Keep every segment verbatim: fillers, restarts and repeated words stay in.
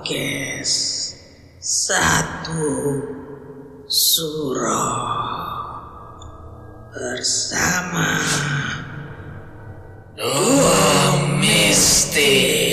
Podcast Satu Surah bersama Dua Mistik.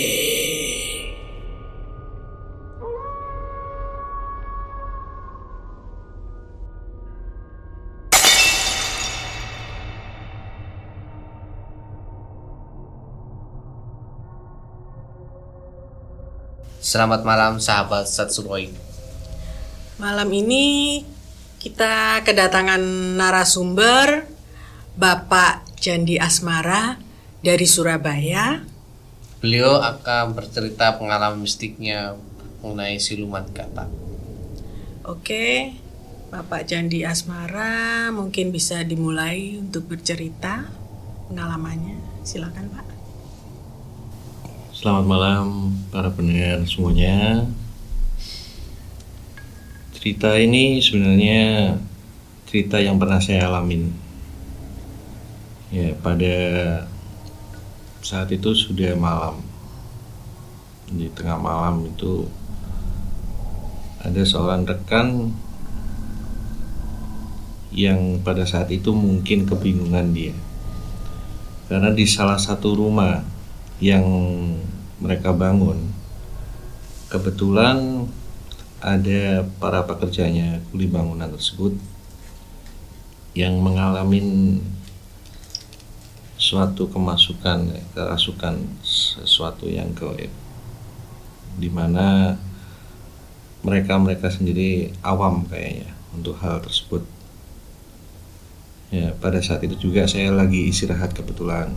Selamat malam sahabat Satsumoi. Malam ini kita kedatangan narasumber Bapak Jandi Asmara dari Surabaya. Beliau akan bercerita pengalaman mistiknya mengenai siluman kata. Oke, Bapak Jandi Asmara mungkin bisa dimulai untuk bercerita pengalamannya. Silakan, Pak. Selamat malam para pendengar semuanya. Cerita ini sebenarnya cerita yang pernah saya alamin. Ya, pada saat itu sudah malam. Di tengah malam itu ada seorang rekan yang pada saat itu mungkin kebingungan dia. Karena di salah satu rumah yang mereka bangun, kebetulan ada para pekerjanya kuli bangunan tersebut yang mengalami suatu kemasukan, kerasukan sesuatu yang gaib, di mana mereka-mereka sendiri awam kayaknya untuk hal tersebut. Ya, pada saat itu juga saya lagi istirahat kebetulan,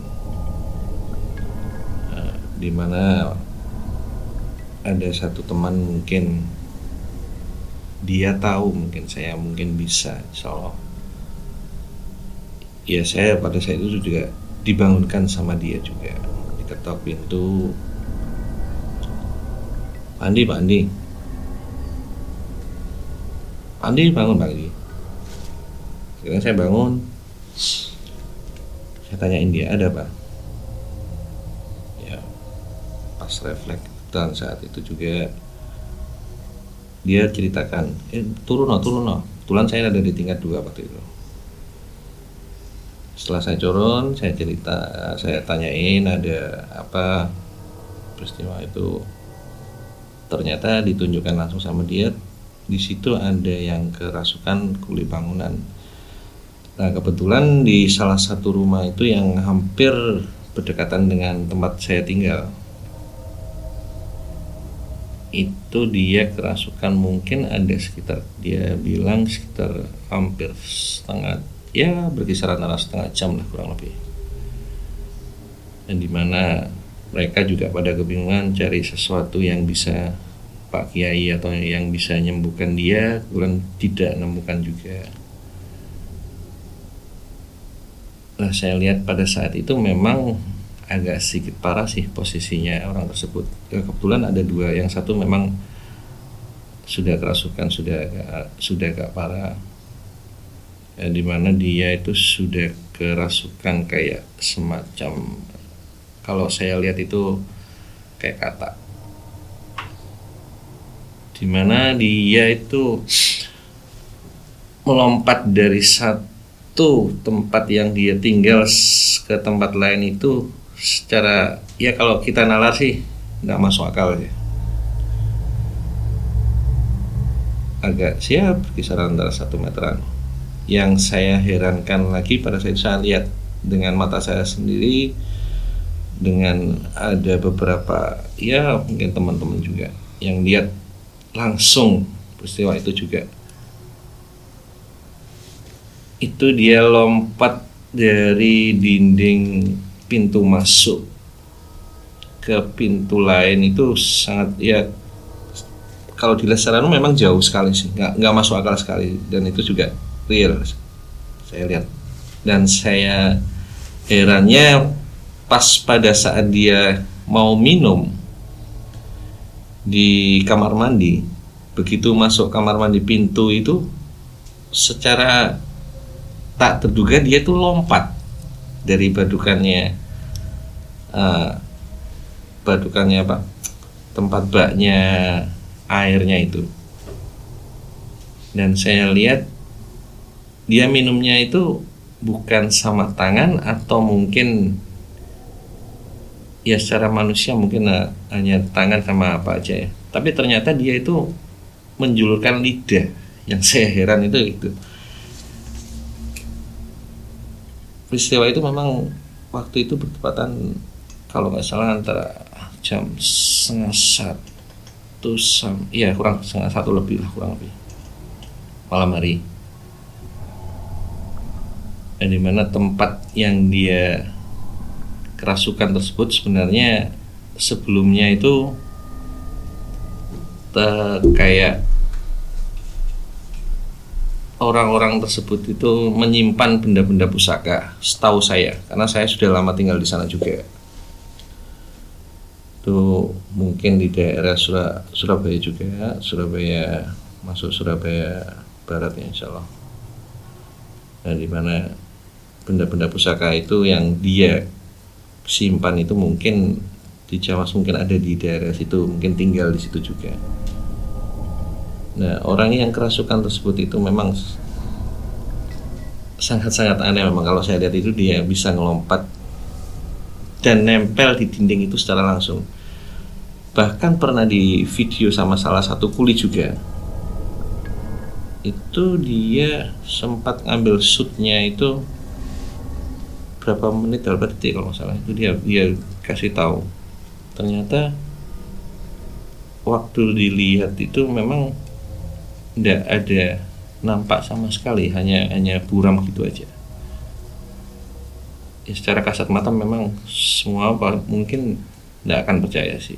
di mana ada satu teman mungkin dia tahu mungkin saya mungkin bisa, insyaallah. Ya, saya pada saat itu juga dibangunkan sama dia juga, diketok pintu. Pak Andi, Pak Andi, Pak Andi bangun Pak Andi. Sekarang saya bangun, saya tanyain dia, ada Pak? Pas refleks dan saat itu juga dia ceritakan, eh turun no, turun no. Kebetulan saya ada di tingkat dua waktu itu. Setelah saya turun, saya cerita, saya tanyain ada apa peristiwa itu. Ternyata ditunjukkan langsung sama dia. Di situ ada yang kerasukan kuli bangunan. Nah, kebetulan di salah satu rumah itu yang hampir berdekatan dengan tempat saya tinggal, itu dia kerasukan mungkin ada sekitar, dia bilang sekitar hampir setengah, ya berkisar antara setengah jam lah kurang lebih. Dan dimana mereka juga pada kebingungan cari sesuatu yang bisa Pak Kiai atau yang bisa menyembuhkan dia, kemudian tidak menemukan juga. Nah, saya lihat pada saat itu memang agak sedikit parah sih posisinya orang tersebut. Kebetulan ada dua, yang satu memang sudah kerasukan, sudah agak, sudah agak parah, ya, dimana dia itu sudah kerasukan kayak semacam, kalau saya lihat itu kayak kata, dimana dia itu melompat dari satu tempat yang dia tinggal ke tempat lain itu secara, ya kalau kita nalar sih nggak masuk akal ya. Agak siap kisaran antara satu meteran. Yang saya herankan lagi pada saat saya lihat dengan mata saya sendiri, dengan ada beberapa ya mungkin teman-teman juga yang lihat langsung peristiwa itu juga. Itu dia lompat dari dinding pintu masuk ke pintu lain itu sangat, ya kalau dilihat secara memang jauh sekali sih, nggak nggak masuk akal sekali, dan itu juga real saya lihat. Dan saya herannya pas pada saat dia mau minum di kamar mandi, begitu masuk kamar mandi pintu itu secara tak terduga dia tuh lompat dari badukannya, uh, badukannya apa tempat baknya airnya itu. Dan saya lihat dia minumnya itu bukan sama tangan, atau mungkin ya secara manusia mungkin uh, hanya tangan sama apa aja ya. Tapi ternyata dia itu menjulurkan lidah. Yang saya heran itu itu. Peristiwa itu memang waktu itu bertepatan kalau nggak salah antara jam setengah satu sam, iya kurang setengah satu lebih lah kurang lebih malam hari. Dan dimana tempat yang dia kerasukan tersebut sebenarnya sebelumnya itu te- kayak orang-orang tersebut itu menyimpan benda-benda pusaka, setahu saya, karena saya sudah lama tinggal di sana juga. Itu mungkin di daerah Surab- Surabaya juga, Surabaya masuk Surabaya Barat ya insya Allah. Nah, di mana benda-benda pusaka itu yang dia simpan itu mungkin di Jawa, mungkin ada di daerah situ, mungkin tinggal di situ juga. Nah, orang yang kerasukan tersebut itu memang sangat-sangat aneh memang. Kalau saya lihat itu dia bisa ngelompat dan nempel di dinding itu secara langsung. Bahkan pernah di video sama salah satu kuli juga. Itu dia sempat ngambil shootnya itu berapa menit, berapa detik kalau nggak salah. Itu dia dia kasih tahu. Ternyata waktu dilihat itu memang tidak ada nampak sama sekali, hanya hanya buram gitu aja. Ya, secara kasat mata memang semua mungkin tidak akan percaya sih.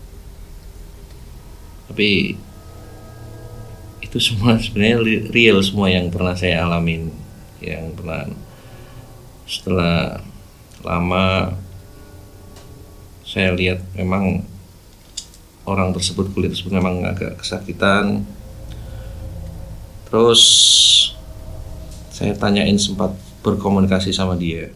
Tapi itu semua sebenarnya real semua yang pernah saya alamin, yang pernah setelah lama saya lihat memang orang tersebut, kulit tersebut memang agak kesakitan. Terus saya tanyain, sempat berkomunikasi sama dia.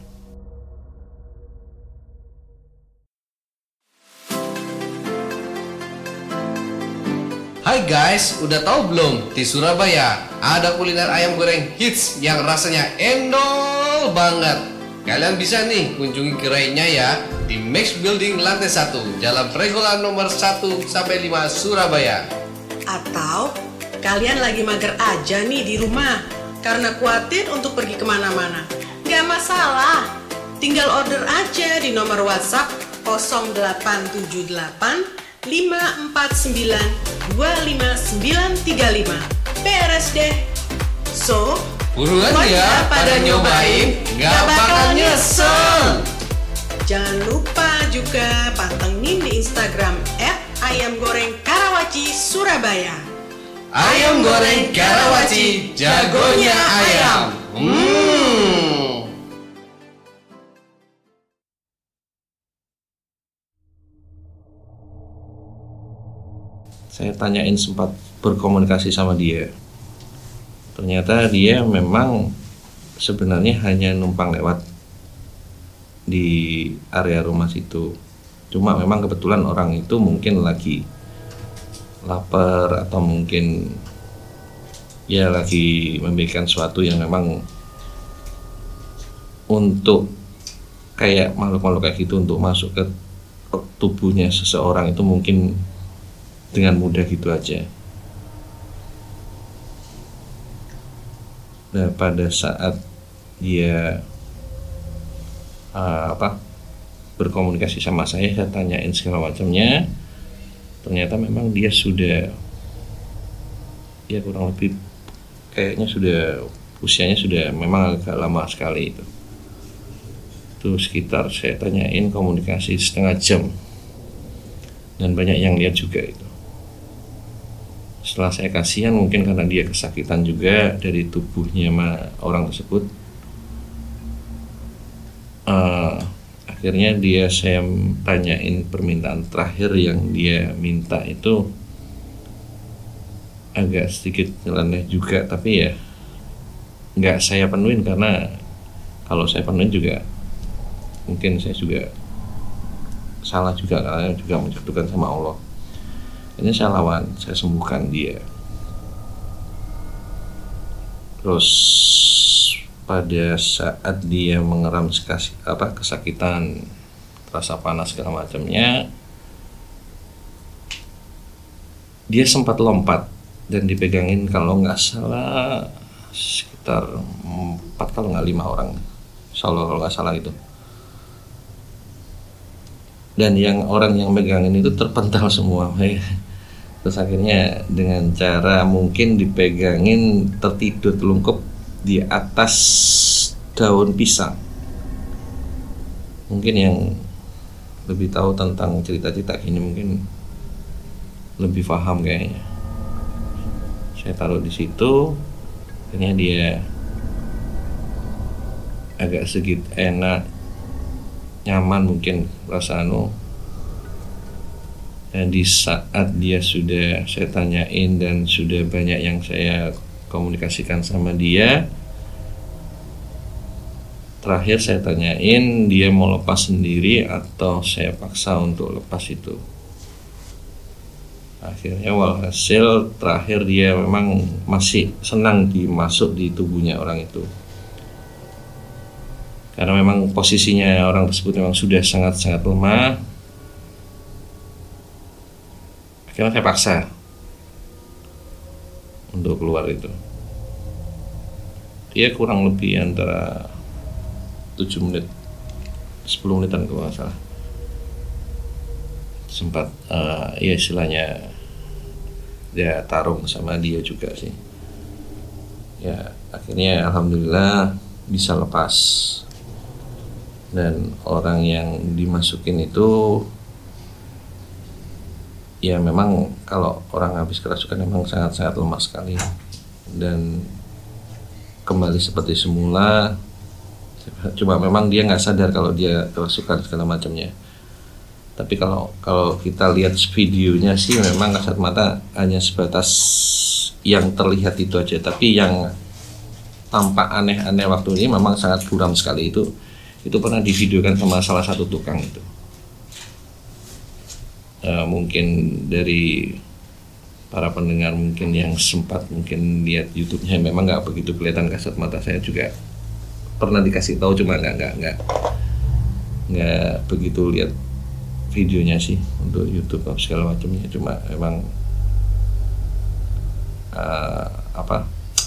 Hai guys, udah tahu belum? Di Surabaya ada kuliner ayam goreng hits yang rasanya endol banget. Kalian bisa nih kunjungi gerainya ya di Max Building lantai satu, Jalan Pregolan nomor satu sampai lima Surabaya. Atau kalian lagi mager aja nih di rumah karena khawatir untuk pergi kemana-mana. Gak masalah, tinggal order aja di nomor WhatsApp nol delapan tujuh delapan lima empat sembilan dua lima sembilan tiga lima. Beres deh. So, buruan ya pada nyobain, gak bakal nyesel. Jangan lupa juga pantengin di Instagram et ayam goreng karawaci surabaya. Ayam goreng Karawaci, jagonya ayam. Hmm. Saya tanyain, sempat berkomunikasi sama dia. Ternyata dia memang sebenarnya hanya numpang lewat di area rumah situ. Cuma memang kebetulan orang itu mungkin lagi lapar atau mungkin ya lagi memikirkan sesuatu yang memang untuk kayak makhluk-makhluk kayak gitu untuk masuk ke tubuhnya seseorang itu mungkin dengan mudah gitu aja. Nah, pada saat dia uh, apa berkomunikasi sama saya, saya tanyain segala macamnya. Ternyata memang dia sudah ya kurang lebih kayaknya sudah usianya sudah memang agak lama sekali itu. Itu sekitar saya tanyain komunikasi setengah jam. Dan banyak yang lihat juga itu. Setelah saya kasihan mungkin karena dia kesakitan juga dari tubuhnya orang tersebut. Uh, akhirnya dia saya tanyain permintaan terakhir yang dia minta itu agak sedikit nyeleneh juga, tapi ya nggak saya penuhin karena kalau saya penuhin juga mungkin saya juga salah juga karena juga menjatuhkan sama Allah. Ini saya lawan, saya sembuhkan dia. Terus pada saat dia mengeram sekasi, apa kesakitan, rasa panas segala macamnya, dia sempat lompat dan dipegangin kalau nggak salah sekitar empat kalau nggak lima orang, insya Allah kalau nggak salah itu. Dan yang orang yang megangin itu terpental semua. Terus akhirnya dengan cara mungkin dipegangin tertidur telungkup di atas daun pisang. Mungkin yang lebih tahu tentang cerita-cerita ini mungkin lebih paham kayaknya. Saya taruh di situ, akhirnya dia agak sedikit enak, nyaman mungkin rasa anu. Dan di saat dia sudah saya tanyain dan sudah banyak yang saya komunikasikan sama dia, terakhir saya tanyain dia mau lepas sendiri atau saya paksa untuk lepas itu. Akhirnya walhasil terakhir dia memang masih senang dimasuk di tubuhnya orang itu, karena memang posisinya orang tersebut memang sudah sangat-sangat lemah. Akhirnya saya paksa untuk keluar itu. Dia kurang lebih antara tujuh menit, sepuluh menitan kalau nggak salah. Sempat uh, ya istilahnya dia tarung sama dia juga sih. Ya akhirnya alhamdulillah bisa lepas. Dan orang yang dimasukin itu ya memang kalau orang habis kerasukan memang sangat-sangat lemah sekali dan kembali seperti semula. Cuma memang dia nggak sadar kalau dia kerasukan segala macamnya. Tapi kalau kalau kita lihat videonya sih memang kasat mata hanya sebatas yang terlihat itu aja. Tapi yang tampak aneh-aneh waktu ini memang sangat buram sekali. Itu itu pernah divideokan sama salah satu tukang itu. Uh, mungkin dari para pendengar mungkin yang sempat mungkin lihat YouTube-nya memang nggak begitu kelihatan kasat mata. Saya juga pernah dikasih tahu cuma nggak nggak nggak nggak begitu lihat videonya sih untuk YouTube segala macamnya. Cuma memang uh, apa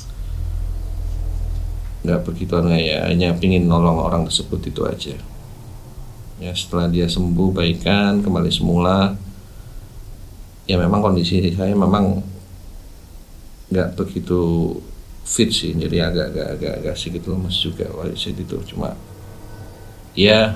nggak begitu aneh ya, hanya pingin nolong orang tersebut itu aja. Ya setelah dia sembuh baikan kembali semula, ya memang kondisi saya memang nggak begitu fit sih, jadi agak agak agak, agak sedikit lemes juga waktu itu. Cuma ya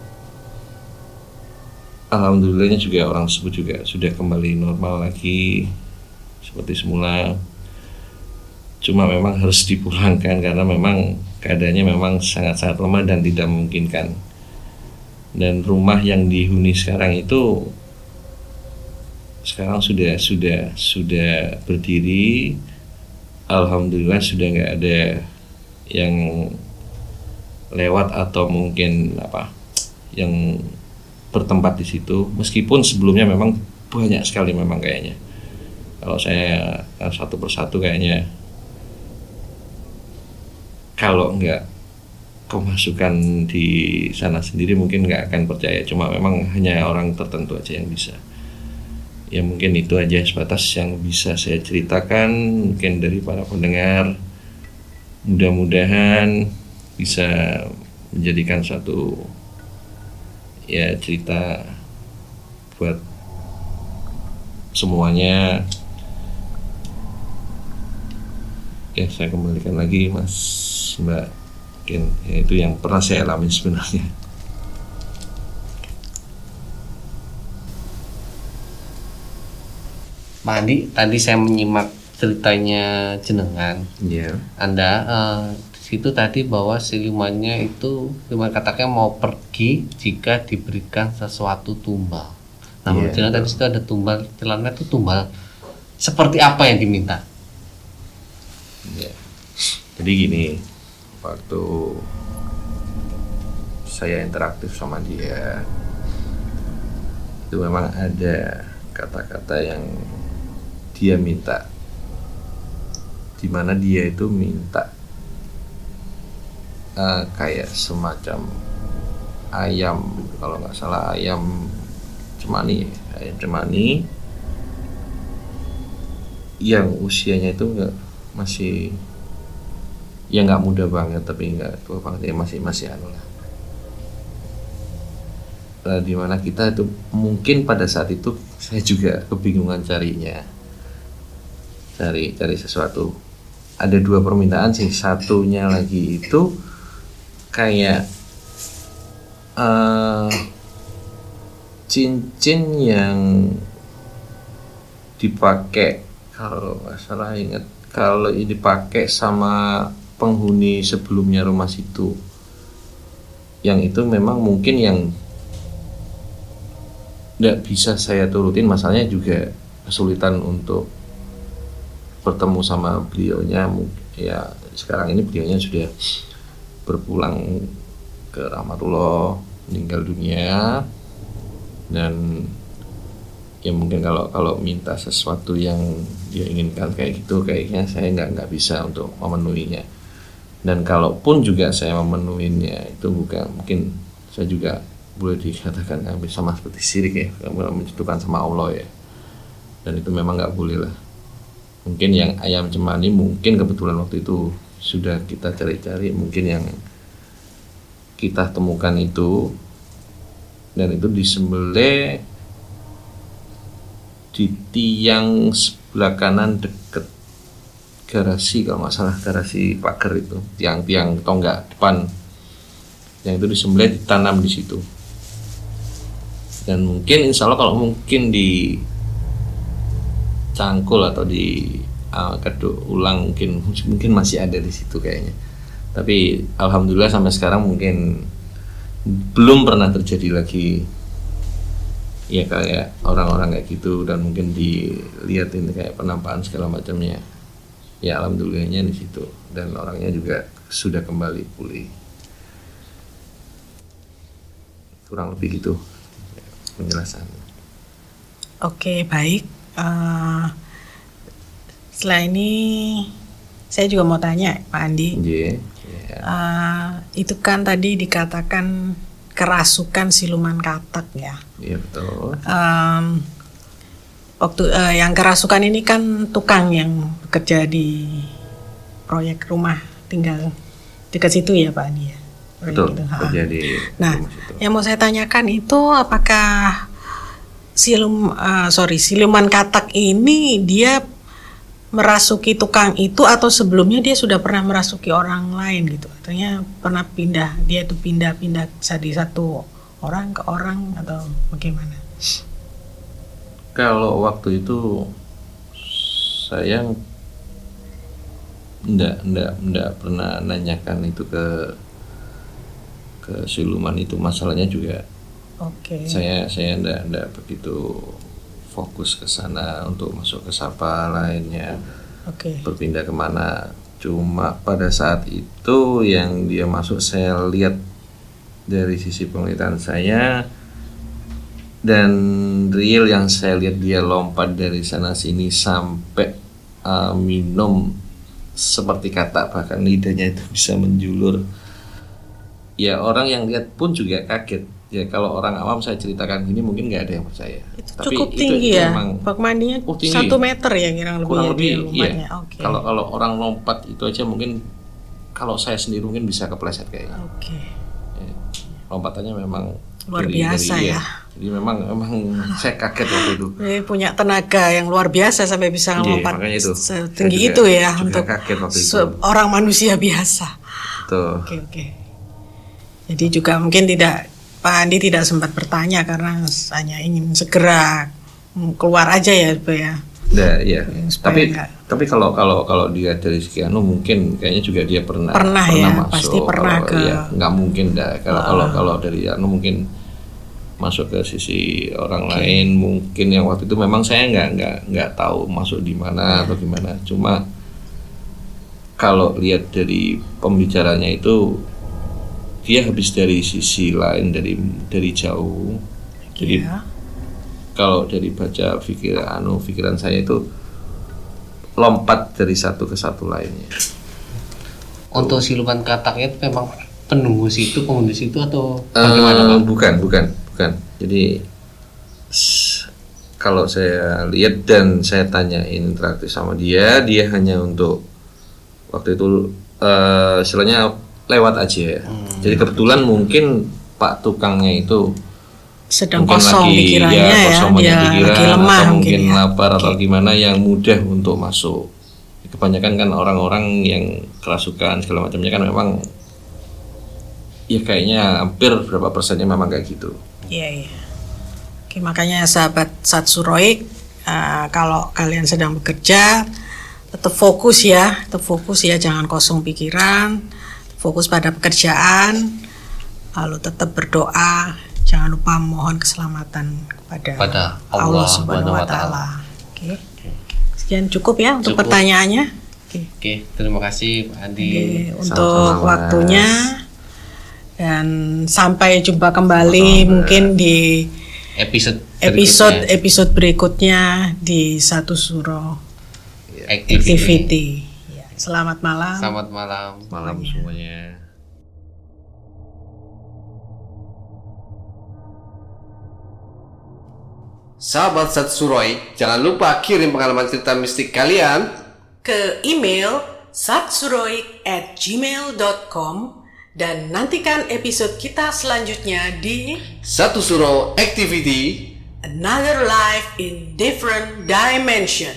alhamdulillahnya juga orang tersebut juga sudah kembali normal lagi seperti semula. Cuma memang harus dipulangkan karena memang keadaannya memang sangat-sangat lemah dan tidak memungkinkan. Dan rumah yang dihuni sekarang itu sekarang sudah sudah sudah berdiri, alhamdulillah sudah nggak ada yang lewat atau mungkin apa yang bertempat di situ. Meskipun sebelumnya memang banyak sekali memang kayaknya. Kalau saya satu persatu kayaknya kalau nggak kemasukan di sana sendiri mungkin nggak akan percaya. Cuma memang hanya orang tertentu aja yang bisa. Ya mungkin itu aja sebatas yang bisa saya ceritakan mungkin dari para pendengar. Mudah-mudahan bisa menjadikan satu ya cerita buat semuanya. Ya saya kembalikan lagi Mas Mbak. Mungkin ya, itu yang pernah saya alami sebenarnya. Pak Andi, tadi saya menyimak ceritanya jenengan. Iya. Yeah. Anda uh, di situ tadi bahwa silumannya itu siluman kataknya mau pergi jika diberikan sesuatu tumbal. Nah, menurut Yeah. jenengan tadi situ ada tumbal, celana itu tumbal seperti apa yang diminta? Ya. Jadi gini, waktu saya interaktif sama dia itu memang ada kata-kata yang dia minta, di mana dia itu minta uh, kayak semacam ayam, kalau nggak salah ayam cemani, ayam cemani yang usianya itu nggak masih ya nggak muda banget tapi nggak tua banget, ya masih masih anu lah. Nah, dimana kita itu mungkin pada saat itu saya juga kebingungan carinya, cari cari sesuatu. Ada dua permintaan sih, satunya lagi itu kayak uh, cincin yang dipakai, kalau nggak salah ingat, kalau ini dipakai sama penghuni sebelumnya rumah situ, yang itu memang mungkin yang tidak bisa saya turutin, masalahnya juga kesulitan untuk bertemu sama beliaunya. Ya sekarang ini beliaunya sudah berpulang ke rahmatullah, meninggal dunia, dan ya mungkin kalau kalau minta sesuatu yang dia inginkan kayak gitu, kayaknya saya nggak nggak bisa untuk memenuhinya. Dan kalaupun juga saya memenuhinya itu bukan, mungkin saya juga boleh dikatakan hampir sama seperti syirik ya, menjatuhkan sama Allah ya. Dan itu memang nggak boleh lah. Mungkin yang ayam cemani mungkin kebetulan waktu itu sudah kita cari-cari, mungkin yang kita temukan itu, dan itu disembelih di tiang sebelah kanan deket garasi, kalau nggak salah garasi pagar itu, tiang-tiang tonggak depan yang itu disembelih, ditanam di situ. Dan mungkin insya Allah kalau mungkin di cangkul atau di uh, keduk ulang mungkin mungkin masih ada di situ kayaknya. Tapi alhamdulillah sampai sekarang mungkin belum pernah terjadi lagi ya kayak orang-orang kayak gitu, dan mungkin dilihatin kayak penampakan segala macamnya. Ya alhamdulillahnya di situ, dan orangnya juga sudah kembali pulih. Kurang lebih gitu penjelasan. Oke, baik. Uh, setelah ini saya juga mau tanya Pak Andi. Yeah, yeah. Uh, itu kan tadi dikatakan kerasukan siluman katak ya. Iya yeah, betul. Um, waktu uh, yang kerasukan ini kan tukang yang bekerja di proyek rumah tinggal dekat situ ya Pak Andi ya. Betul, gitu. terjadi. Nah, yang mau saya tanyakan itu apakah silum uh, sorry siluman katak ini dia merasuki tukang itu, atau sebelumnya dia sudah pernah merasuki orang lain gitu? Artinya pernah pindah, dia itu pindah-pindah dari satu orang ke orang atau bagaimana? Kalau waktu itu saya enggak enggak enggak pernah nanyakan itu ke ke siluman itu, masalahnya juga okay. saya saya enggak enggak begitu fokus ke sana untuk masuk ke sapa lainnya, okay. berpindah kemana. Cuma pada saat itu yang dia masuk, saya lihat dari sisi penglihatan saya, dan real yang saya lihat dia lompat dari sana sini sampai uh, minum seperti katak, bahkan lidahnya itu bisa menjulur. Ya orang yang lihat pun juga kaget. Ya kalau orang awam saya ceritakan gini mungkin nggak ada yang percaya. Itu tapi cukup itu, tinggi itu ya. memang, Bak mandinya oh, satu meter ya kurang lebih. Kurang ya, lebih. Iya. Okay. Kalau kalau orang lompat itu aja mungkin, kalau saya sendiri mungkin bisa kepleset kayaknya. Oke. Okay. Ya, lompatannya memang luar dari, biasa dari, ya. Jadi memang memang saya kaget waktu itu. Jadi punya tenaga yang luar biasa sampai bisa melompat yeah, itu. setinggi juga, itu ya juga untuk kaget waktu itu. orang manusia biasa. Betul. Oke oke. Jadi juga mungkin tidak, Pak Andi tidak sempat bertanya karena hanya ingin segera keluar aja ya, Pak ya. Nah, iya. Tapi enggak. tapi kalau kalau kalau dia dari sekian mungkin kayaknya juga dia pernah pernah, pernah ya, masuk. pasti pernah kalau, ke. Ya, nggak mungkin dah. Kalau uh. kalau kalau dari Anu mungkin masuk ke sisi orang okay. lain, mungkin yang waktu itu memang saya nggak nggak nggak tahu masuk di mana yeah. atau gimana. Cuma kalau lihat dari pembicaranya itu, dia habis dari sisi lain, dari dari jauh. Jadi yeah. kalau dari baca pikir anu pikiran saya itu lompat dari satu ke satu lainnya. Untuk siluman kataknya itu memang penunggu situ, penghuni situ atau Uh, bagaimana Bang? bukan, bukan, bukan. Jadi s- kalau saya lihat dan saya tanyain interaktif sama dia, dia hanya untuk waktu itu uh, istilahnya lewat aja. Hmm. Jadi kebetulan mungkin Pak tukangnya itu Sedang mungkin kosong lagi, pikirannya ya, kosong dia banyak pikiran, lagi lemah atau mungkin mungkin ya. lapar atau gimana yang mudah untuk masuk. Kebanyakan kan orang-orang yang kerasukan segala macamnya kan memang ya kayaknya hampir berapa persennya memang kayak gitu. Iya, iya. Oke, makanya sahabat Satsuroik, uh, kalau kalian sedang bekerja, tetap fokus ya, tetap fokus ya, jangan kosong pikiran, fokus pada pekerjaan, lalu tetap berdoa, jangan lupa mohon keselamatan kepada Pada Allah Allah Subhanahu wa Ta'ala. Oke, sekian cukup ya untuk Cukup. pertanyaannya. Oke, Oke, terima kasih Pak Andi. Oke, untuk Sama-sama, waktunya. Mas. Dan sampai jumpa kembali Sama-sama. mungkin di Episode episode berikutnya. episode berikutnya di Satu Suro Activity. Activity. Ya, selamat malam. Selamat malam. Malam semuanya. Sahabat Satsuroi, jangan lupa kirim pengalaman cerita mistik kalian Ke email satsuroik at gmail dot com dan nantikan episode kita selanjutnya di Satu Suro Activity. Another Life in Different Dimension.